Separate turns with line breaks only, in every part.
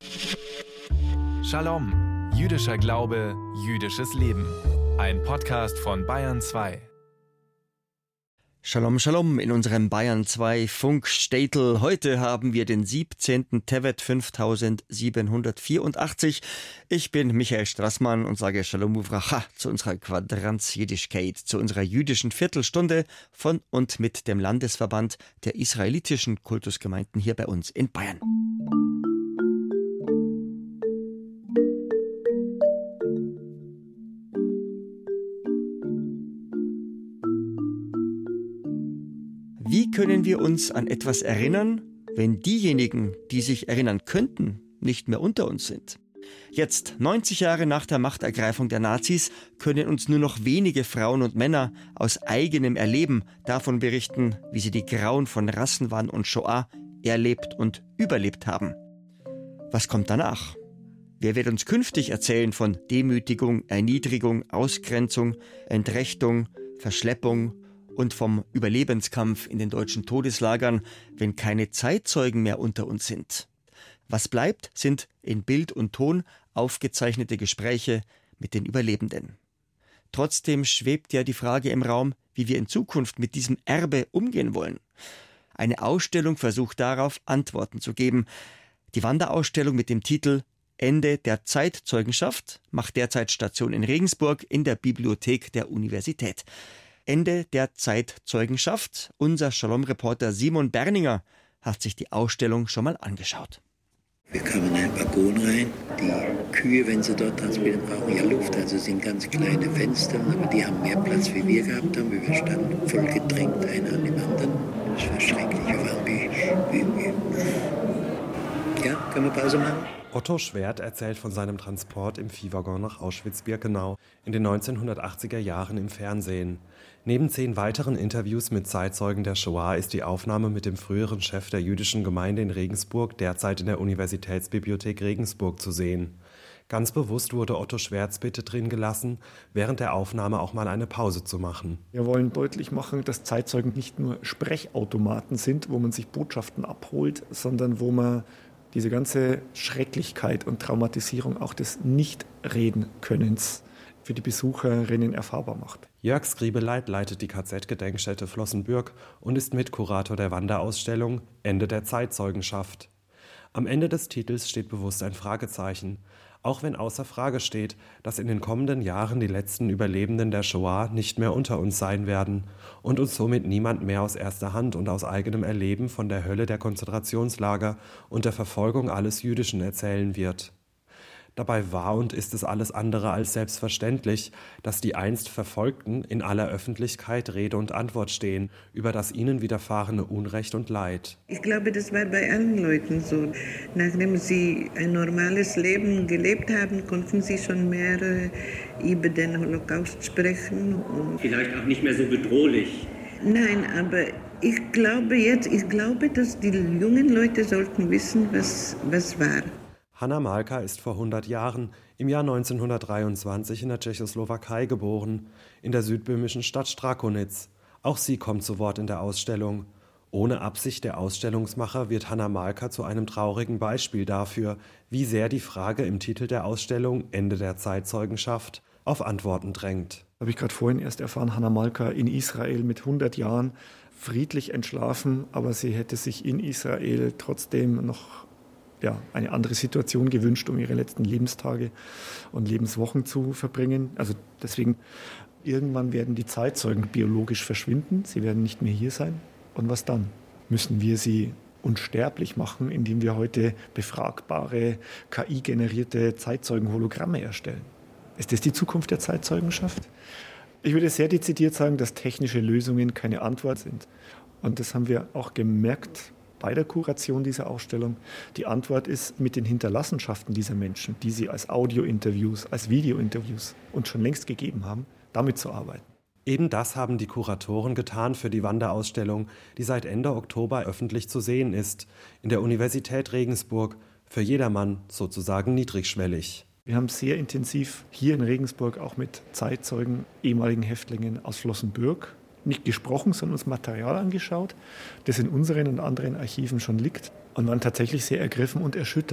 Shalom, jüdischer Glaube, jüdisches Leben. Ein Podcast von Bayern 2.
Shalom, Shalom in unserem Bayern 2 Funkstädtel. Heute haben wir den 17. Tevet 5784. Ich bin Michael Strassmann und sage Shalom Uvracha zu unserer Quadranz-Jiddischkeit, zu unserer jüdischen Viertelstunde von und mit dem Landesverband der israelitischen Kultusgemeinden hier bei uns in Bayern. Wie können wir uns an etwas erinnern, wenn diejenigen, die sich erinnern könnten, nicht mehr unter uns sind? Jetzt, 90 Jahre nach der Machtergreifung der Nazis, können uns nur noch wenige Frauen und Männer aus eigenem Erleben davon berichten, wie sie die Grauen von Rassenwahn und Shoah erlebt und überlebt haben. Was kommt danach? Wer wird uns künftig erzählen von Demütigung, Erniedrigung, Ausgrenzung, Entrechtung, Verschleppung und vom Überlebenskampf in den deutschen Todeslagern, wenn keine Zeitzeugen mehr unter uns sind? Was bleibt, sind in Bild und Ton aufgezeichnete Gespräche mit den Überlebenden. Trotzdem schwebt ja die Frage im Raum, wie wir in Zukunft mit diesem Erbe umgehen wollen. Eine Ausstellung versucht darauf, Antworten zu geben. Die Wanderausstellung mit dem Titel Ende der Zeitzeugenschaft macht derzeit Station in Regensburg in der Bibliothek der Universität. Ende der Zeitzeugenschaft. Unser Shalom-Reporter Simon Berninger hat sich die Ausstellung schon mal angeschaut.
Wir kamen in einen Waggon rein. Die Kühe, wenn sie dort transportieren, brauchen ja Luft. Also sind ganz kleine Fenster, aber die haben mehr Platz, wie wir gehabt haben. Wir standen voll gedrängt, einer an dem anderen. Das war schrecklich. Wir waren wie. Ja, können wir Pause machen?
Otto Schwert erzählt von seinem Transport im Viehwaggon nach Auschwitz-Birkenau in den 1980er Jahren im Fernsehen. Neben 10 weiteren Interviews mit Zeitzeugen der Shoah ist die Aufnahme mit dem früheren Chef der jüdischen Gemeinde in Regensburg derzeit in der Universitätsbibliothek Regensburg zu sehen. Ganz bewusst wurde Otto Schwerts Bitte drin gelassen, während der Aufnahme auch mal eine Pause zu machen.
Wir wollen deutlich machen, dass Zeitzeugen nicht nur Sprechautomaten sind, wo man sich Botschaften abholt, sondern wo man diese ganze Schrecklichkeit und Traumatisierung auch des Nicht-Reden-Könnens für die Besucherinnen erfahrbar macht.
Jörg Skribeleit leitet die KZ-Gedenkstätte Flossenbürg und ist Mitkurator der Wanderausstellung Ende der Zeitzeugenschaft. Am Ende des Titels steht bewusst ein Fragezeichen, auch wenn außer Frage steht, dass in den kommenden Jahren die letzten Überlebenden der Shoah nicht mehr unter uns sein werden und uns somit niemand mehr aus erster Hand und aus eigenem Erleben von der Hölle der Konzentrationslager und der Verfolgung alles Jüdischen erzählen wird. Dabei war und ist es alles andere als selbstverständlich, dass die einst Verfolgten in aller Öffentlichkeit Rede und Antwort stehen über das ihnen widerfahrene Unrecht und Leid.
Ich glaube, das war bei allen Leuten so. Nachdem sie ein normales Leben gelebt haben, konnten sie schon mehr über den Holocaust sprechen. Und
vielleicht auch nicht mehr so bedrohlich.
Nein, aber ich glaube, dass die jungen Leute sollten wissen, was war.
Hanna Malka ist vor 100 Jahren, im Jahr 1923 in der Tschechoslowakei geboren, in der südböhmischen Stadt Strakonitz. Auch sie kommt zu Wort in der Ausstellung. Ohne Absicht der Ausstellungsmacher wird Hanna Malka zu einem traurigen Beispiel dafür, wie sehr die Frage im Titel der Ausstellung Ende der Zeitzeugenschaft auf Antworten drängt.
Habe ich gerade vorhin erst erfahren, Hanna Malka in Israel mit 100 Jahren friedlich entschlafen, aber sie hätte sich in Israel trotzdem noch eine andere Situation gewünscht, um ihre letzten Lebenstage und Lebenswochen zu verbringen. Also deswegen, irgendwann werden die Zeitzeugen biologisch verschwinden, sie werden nicht mehr hier sein. Und was dann? Müssen wir sie unsterblich machen, indem wir heute befragbare, KI-generierte Zeitzeugen-Hologramme erstellen? Ist das die Zukunft der Zeitzeugenschaft? Ich würde sehr dezidiert sagen, dass technische Lösungen keine Antwort sind. Und das haben wir auch gemerkt bei der Kuration dieser Ausstellung. Die Antwort ist mit den Hinterlassenschaften dieser Menschen, die sie als Audiointerviews, als Videointerviews uns schon längst gegeben haben, damit zu arbeiten.
Eben das haben die Kuratoren getan für die Wanderausstellung, die seit Ende Oktober öffentlich zu sehen ist, in der Universität Regensburg, für jedermann sozusagen niedrigschwellig.
Wir haben sehr intensiv hier in Regensburg auch mit Zeitzeugen, ehemaligen Häftlingen aus Flossenbürg nicht gesprochen, sondern uns Material angeschaut, das in unseren und anderen Archiven schon liegt und waren tatsächlich sehr ergriffen und erschüttert.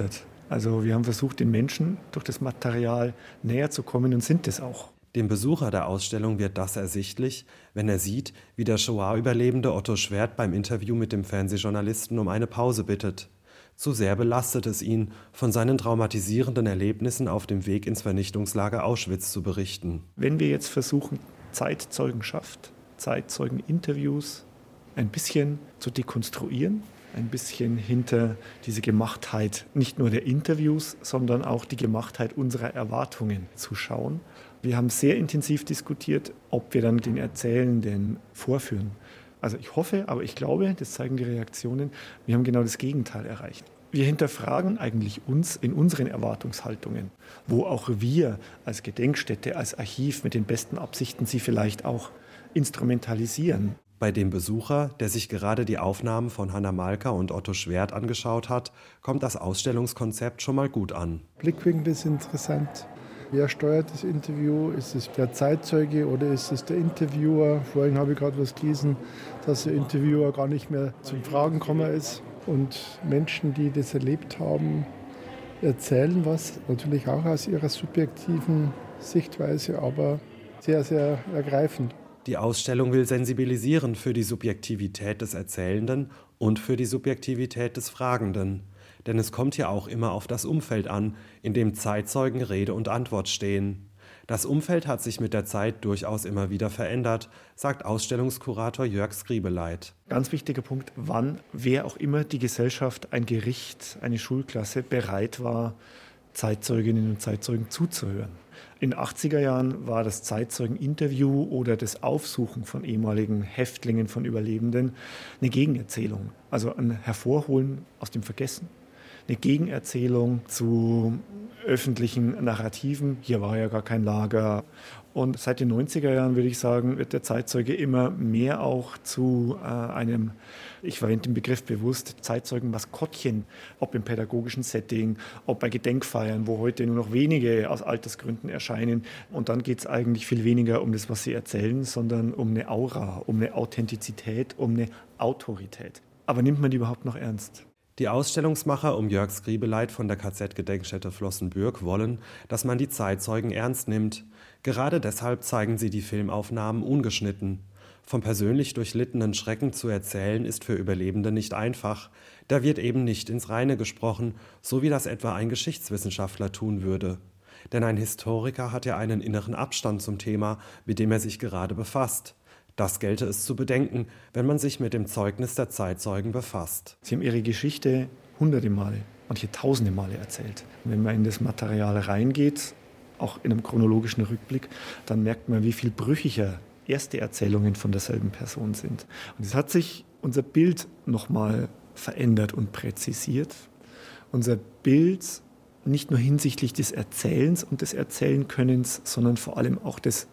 Also wir haben versucht, den Menschen durch das Material näher zu kommen und sind es auch.
Dem Besucher der Ausstellung wird das ersichtlich, wenn er sieht, wie der Shoah-Überlebende Otto Schwert beim Interview mit dem Fernsehjournalisten um eine Pause bittet. Zu sehr belastet es ihn, von seinen traumatisierenden Erlebnissen auf dem Weg ins Vernichtungslager Auschwitz zu berichten.
Wenn wir jetzt versuchen, Zeitzeugenschaft, Zeitzeugeninterviews ein bisschen zu dekonstruieren, ein bisschen hinter diese Gemachtheit nicht nur der Interviews, sondern auch die Gemachtheit unserer Erwartungen zu schauen. Wir haben sehr intensiv diskutiert, ob wir dann den Erzählenden vorführen. Also ich hoffe, aber ich glaube, das zeigen die Reaktionen, wir haben genau das Gegenteil erreicht. Wir hinterfragen eigentlich uns in unseren Erwartungshaltungen, wo auch wir als Gedenkstätte, als Archiv mit den besten Absichten sie vielleicht auch instrumentalisieren.
Bei dem Besucher, der sich gerade die Aufnahmen von Hanna Malka und Otto Schwert angeschaut hat, kommt das Ausstellungskonzept schon mal gut an.
Blickwinkel ist interessant. Wer steuert das Interview? Ist es der Zeitzeuge oder ist es der Interviewer? Vorhin habe ich gerade was gelesen, dass der Interviewer gar nicht mehr zum Fragen gekommen ist. Und Menschen, die das erlebt haben, erzählen was, natürlich auch aus ihrer subjektiven Sichtweise, aber sehr, sehr ergreifend.
Die Ausstellung will sensibilisieren für die Subjektivität des Erzählenden und für die Subjektivität des Fragenden. Denn es kommt ja auch immer auf das Umfeld an, in dem Zeitzeugen Rede und Antwort stehen. Das Umfeld hat sich mit der Zeit durchaus immer wieder verändert, sagt Ausstellungskurator Jörg Skribeleit.
Ganz wichtiger Punkt, wann, wer auch immer die Gesellschaft, ein Gericht, eine Schulklasse bereit war, Zeitzeuginnen und Zeitzeugen zuzuhören. In den 80er Jahren war das Zeitzeugeninterview oder das Aufsuchen von ehemaligen Häftlingen, von Überlebenden eine Gegenerzählung, also ein Hervorholen aus dem Vergessen. Eine Gegenerzählung zu öffentlichen Narrativen. Hier war ja gar kein Lager. Und seit den 90er Jahren, würde ich sagen, wird der Zeitzeuge immer mehr auch zu einem, ich verwende den Begriff bewusst, Zeitzeugen-Maskottchen, ob im pädagogischen Setting, ob bei Gedenkfeiern, wo heute nur noch wenige aus Altersgründen erscheinen. Und dann geht es eigentlich viel weniger um das, was sie erzählen, sondern um eine Aura, um eine Authentizität, um eine Autorität. Aber nimmt man die überhaupt noch ernst?
Die Ausstellungsmacher um Jörg Skribeleit von der KZ-Gedenkstätte Flossenbürg wollen, dass man die Zeitzeugen ernst nimmt. Gerade deshalb zeigen sie die Filmaufnahmen ungeschnitten. Vom persönlich durchlittenen Schrecken zu erzählen ist für Überlebende nicht einfach. Da wird eben nicht ins Reine gesprochen, so wie das etwa ein Geschichtswissenschaftler tun würde. Denn ein Historiker hat ja einen inneren Abstand zum Thema, mit dem er sich gerade befasst. Das gelte es zu bedenken, wenn man sich mit dem Zeugnis der Zeitzeugen befasst.
Sie haben ihre Geschichte hunderte Male, manche tausende Male erzählt. Und wenn man in das Material reingeht, auch in einem chronologischen Rückblick, dann merkt man, wie viel brüchiger erste Erzählungen von derselben Person sind. Und es hat sich unser Bild nochmal verändert und präzisiert. Unser Bild nicht nur hinsichtlich des Erzählens und des Erzählenkönnens, sondern vor allem auch des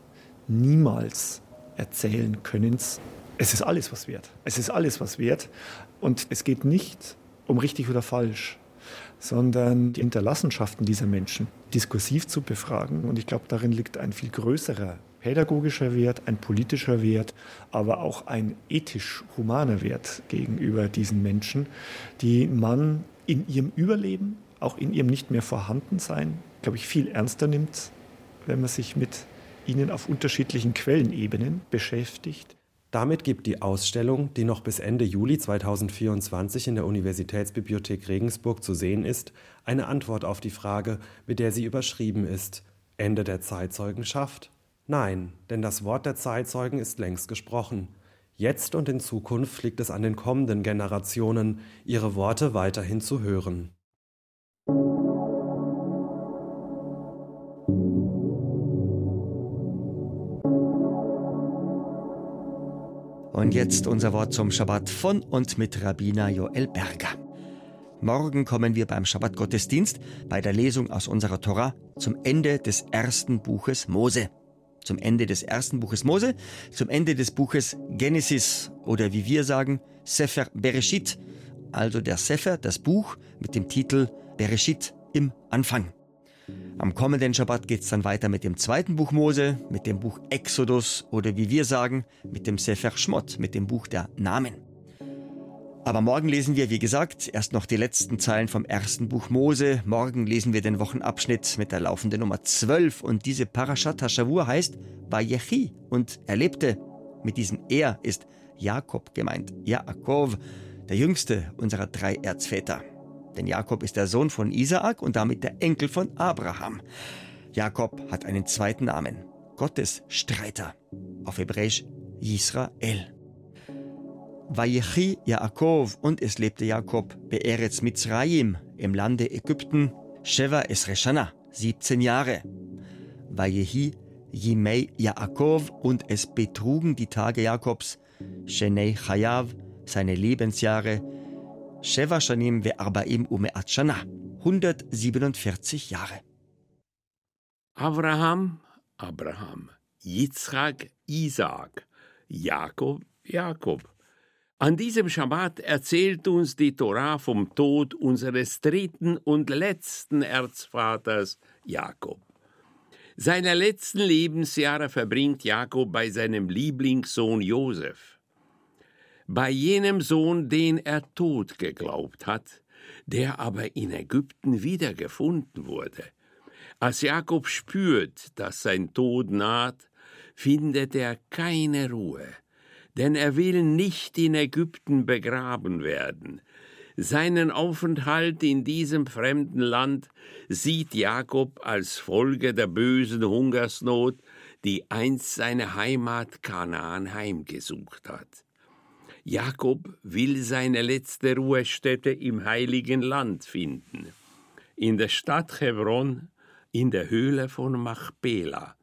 Niemals erzählen Könnens. Es ist alles was wert. Es ist alles was wert. Und es geht nicht um richtig oder falsch, sondern die Hinterlassenschaften dieser Menschen diskursiv zu befragen. Und ich glaube, darin liegt ein viel größerer pädagogischer Wert, ein politischer Wert, aber auch ein ethisch-humaner Wert gegenüber diesen Menschen, die man in ihrem Überleben, auch in ihrem nicht mehr Vorhandensein, glaube ich, viel ernster nimmt, wenn man sich mit ihnen auf unterschiedlichen Quellenebenen beschäftigt.
Damit gibt die Ausstellung, die noch bis Ende Juli 2024 in der Universitätsbibliothek Regensburg zu sehen ist, eine Antwort auf die Frage, mit der sie überschrieben ist: Ende der Zeitzeugenschaft? Nein, denn das Wort der Zeitzeugen ist längst gesprochen. Jetzt und in Zukunft liegt es an den kommenden Generationen, ihre Worte weiterhin zu hören.
Und jetzt unser Wort zum Schabbat von und mit Rabbiner Joel Berger. Morgen kommen wir beim Schabbat-Gottesdienst bei der Lesung aus unserer Tora zum Ende des ersten Buches Mose. Zum Ende des ersten Buches Mose, zum Ende des Buches Genesis oder wie wir sagen, Sefer Bereshit, also der Sefer, das Buch mit dem Titel Bereshit im Anfang. Am kommenden Schabbat geht es dann weiter mit dem zweiten Buch Mose, mit dem Buch Exodus oder wie wir sagen, mit dem Sefer Shmot, mit dem Buch der Namen. Aber morgen lesen wir, wie gesagt, erst noch die letzten Zeilen vom ersten Buch Mose. Morgen lesen wir den Wochenabschnitt mit der laufenden Nummer 12. Und diese Parashat HaShavua heißt Vayechi und er lebte. Mit diesem Er ist Jakob gemeint. Yaakov, der jüngste unserer 3 Erzväter. Denn Jakob ist der Sohn von Isaak und damit der Enkel von Abraham. Jakob hat einen zweiten Namen. Gottes Streiter. Auf Hebräisch Yisrael. Vayechi Yaakov und es lebte Jakob be'eretz Mitzrayim im Lande Ägypten, Sheva Esre Shana, 17 Jahre. Vayehi Yimei Yaakov und es betrugen die Tage Jakobs, Shenei Chayav, seine Lebensjahre, Sheva Shanim ve'arbaim ume'at Shana, 147 Jahre.
Abraham, Yitzchak, Isaak, Jakob. An diesem Schabbat erzählt uns die Tora vom Tod unseres dritten und letzten Erzvaters Jakob. Seine letzten Lebensjahre verbringt Jakob bei seinem Lieblingssohn Josef. Bei jenem Sohn, den er tot geglaubt hat, der aber in Ägypten wiedergefunden wurde. Als Jakob spürt, dass sein Tod naht, findet er keine Ruhe. Denn er will nicht in Ägypten begraben werden. Seinen Aufenthalt in diesem fremden Land sieht Jakob als Folge der bösen Hungersnot, die einst seine Heimat Kanaan heimgesucht hat. Jakob will seine letzte Ruhestätte im Heiligen Land finden, in der Stadt Hebron, in der Höhle von Machpela.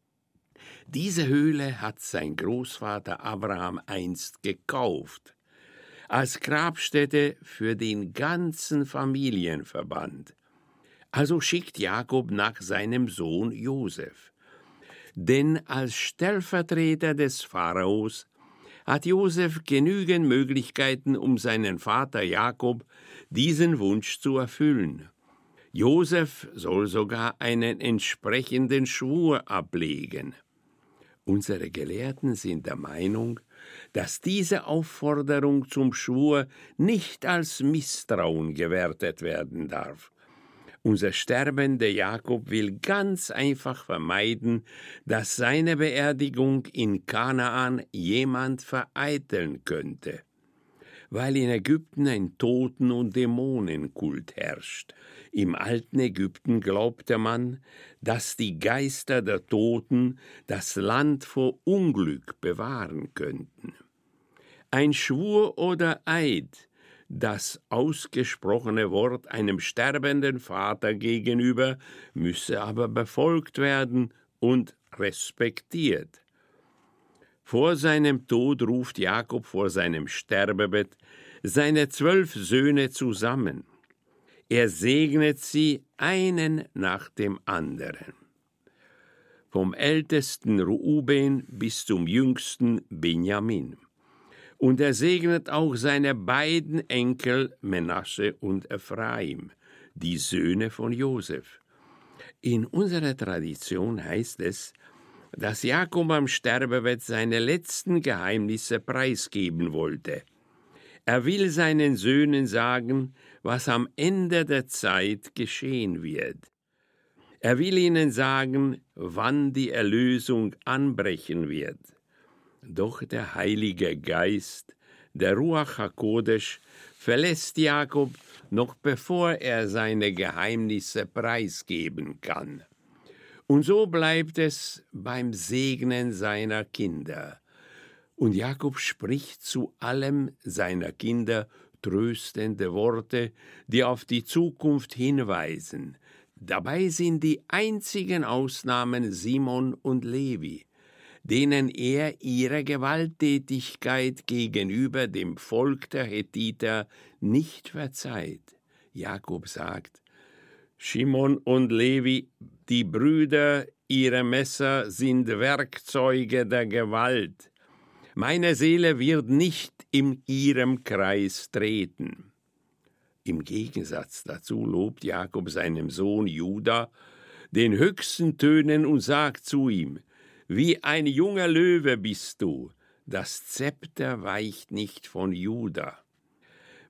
Diese Höhle hat sein Großvater Abraham einst gekauft, als Grabstätte für den ganzen Familienverband. Also schickt Jakob nach seinem Sohn Josef. Denn als Stellvertreter des Pharaos hat Josef genügend Möglichkeiten, um seinen Vater Jakob diesen Wunsch zu erfüllen. Josef soll sogar einen entsprechenden Schwur ablegen. Unsere Gelehrten sind der Meinung, dass diese Aufforderung zum Schwur nicht als Misstrauen gewertet werden darf. Unser sterbender Jakob will ganz einfach vermeiden, dass seine Beerdigung in Kanaan jemand vereiteln könnte. Weil in Ägypten ein Toten- und Dämonenkult herrscht. Im alten Ägypten glaubte man, dass die Geister der Toten das Land vor Unglück bewahren könnten. Ein Schwur oder Eid, das ausgesprochene Wort einem sterbenden Vater gegenüber, müsse aber befolgt werden und respektiert. Vor seinem Tod ruft Jakob vor seinem Sterbebett seine 12 Söhne zusammen. Er segnet sie einen nach dem anderen. Vom ältesten Ruben bis zum jüngsten Benjamin. Und er segnet auch seine beiden Enkel Menasse und Ephraim, die Söhne von Josef. In unserer Tradition heißt es, dass Jakob am Sterbebett seine letzten Geheimnisse preisgeben wollte. Er will seinen Söhnen sagen, was am Ende der Zeit geschehen wird. Er will ihnen sagen, wann die Erlösung anbrechen wird. Doch der Heilige Geist, der Ruach HaKodesh, verlässt Jakob, noch bevor er seine Geheimnisse preisgeben kann. Und so bleibt es beim Segnen seiner Kinder. Und Jakob spricht zu allem seiner Kinder tröstende Worte, die auf die Zukunft hinweisen. Dabei sind die einzigen Ausnahmen Simon und Levi, denen er ihre Gewalttätigkeit gegenüber dem Volk der Hethiter nicht verzeiht. Jakob sagt, Shimon und Levi, die Brüder, ihre Messer sind Werkzeuge der Gewalt. Meine Seele wird nicht in ihrem Kreis treten. Im Gegensatz dazu lobt Jakob seinem Sohn Juda den höchsten Tönen und sagt zu ihm, wie ein junger Löwe bist du, das Zepter weicht nicht von Juda.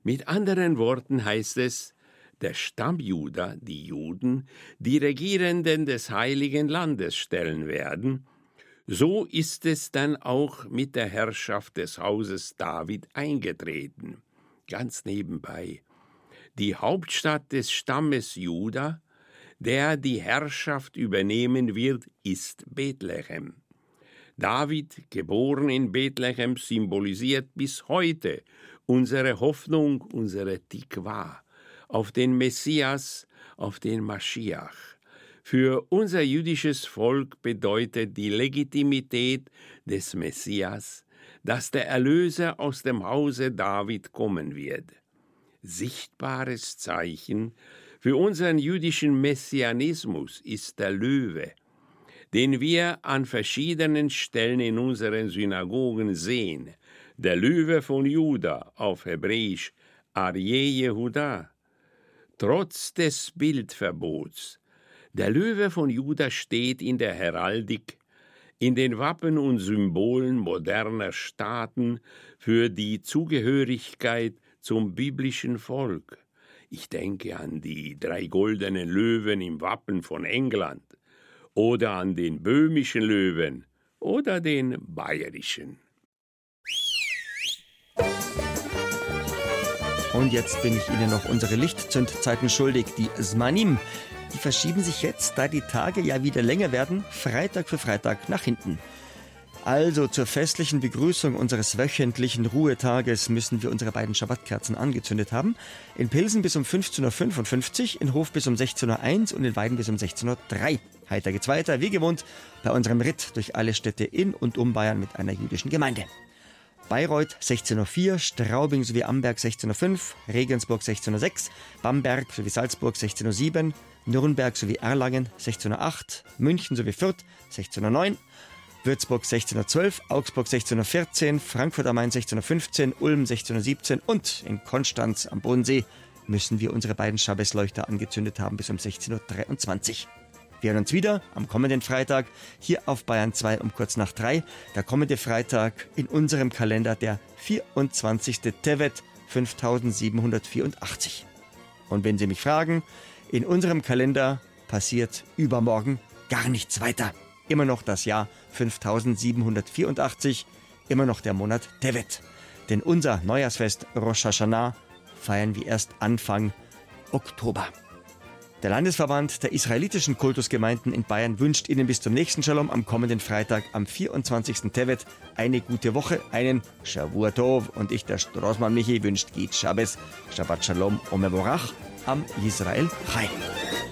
Mit anderen Worten heißt es, der Stamm Juda, die Juden, die Regierenden des Heiligen Landes stellen werden. So ist es dann auch mit der Herrschaft des Hauses David eingetreten. Ganz nebenbei. Die Hauptstadt des Stammes Juda, der die Herrschaft übernehmen wird, ist Bethlehem. David, geboren in Bethlehem, symbolisiert bis heute unsere Hoffnung, unsere Tikwa auf den Messias, auf den Maschiach. Für unser jüdisches Volk bedeutet die Legitimität des Messias, dass der Erlöser aus dem Hause David kommen wird. Sichtbares Zeichen für unseren jüdischen Messianismus ist der Löwe, den wir an verschiedenen Stellen in unseren Synagogen sehen. Der Löwe von Juda, auf Hebräisch Arye Yehuda. Trotz des Bildverbots. Der Löwe von Juda steht in der Heraldik, in den Wappen und Symbolen moderner Staaten für die Zugehörigkeit zum biblischen Volk. Ich denke an die 3 goldenen Löwen im Wappen von England oder an den böhmischen Löwen oder den bayerischen.
Und jetzt bin ich Ihnen noch unsere Lichtzündzeiten schuldig, die Zmanim. Die verschieben sich jetzt, da die Tage ja wieder länger werden, Freitag für Freitag nach hinten. Also zur festlichen Begrüßung unseres wöchentlichen Ruhetages müssen wir unsere beiden Schabbatkerzen angezündet haben. In Pilsen bis um 15.55 Uhr, in Hof bis um 16.01 Uhr und in Weiden bis um 16.03 Uhr. Heiter geht's weiter, wie gewohnt, bei unserem Ritt durch alle Städte in und um Bayern mit einer jüdischen Gemeinde. Bayreuth 16.04 Uhr, Straubing sowie Amberg 16.05 Uhr, Regensburg 16.06 Uhr, Bamberg sowie Salzburg 16.07 Uhr, Nürnberg sowie Erlangen 16.08 Uhr, München sowie Fürth 16.09 Uhr, Würzburg 16.12 Uhr, Augsburg 16.14 Uhr, Frankfurt am Main 16.15 Uhr, Ulm 16.17 Uhr und in Konstanz am Bodensee müssen wir unsere beiden Schabbesleuchter angezündet haben bis um 16.23 Uhr. Wir hören uns wieder am kommenden Freitag hier auf Bayern 2 um kurz nach 3. Der kommende Freitag in unserem Kalender der 24. Tevet 5784. Und wenn Sie mich fragen, in unserem Kalender passiert übermorgen gar nichts weiter. Immer noch das Jahr 5784, immer noch der Monat Tevet. Denn unser Neujahrsfest Rosh Hashanah feiern wir erst Anfang Oktober. Der Landesverband der israelitischen Kultusgemeinden in Bayern wünscht Ihnen bis zum nächsten Shalom am kommenden Freitag am 24. Tevet eine gute Woche, einen Shavua Tov. Und ich, der Straßmann Michi, wünscht Git Shabbos, Shabbat Shalom Omevorach am Yisrael Chai.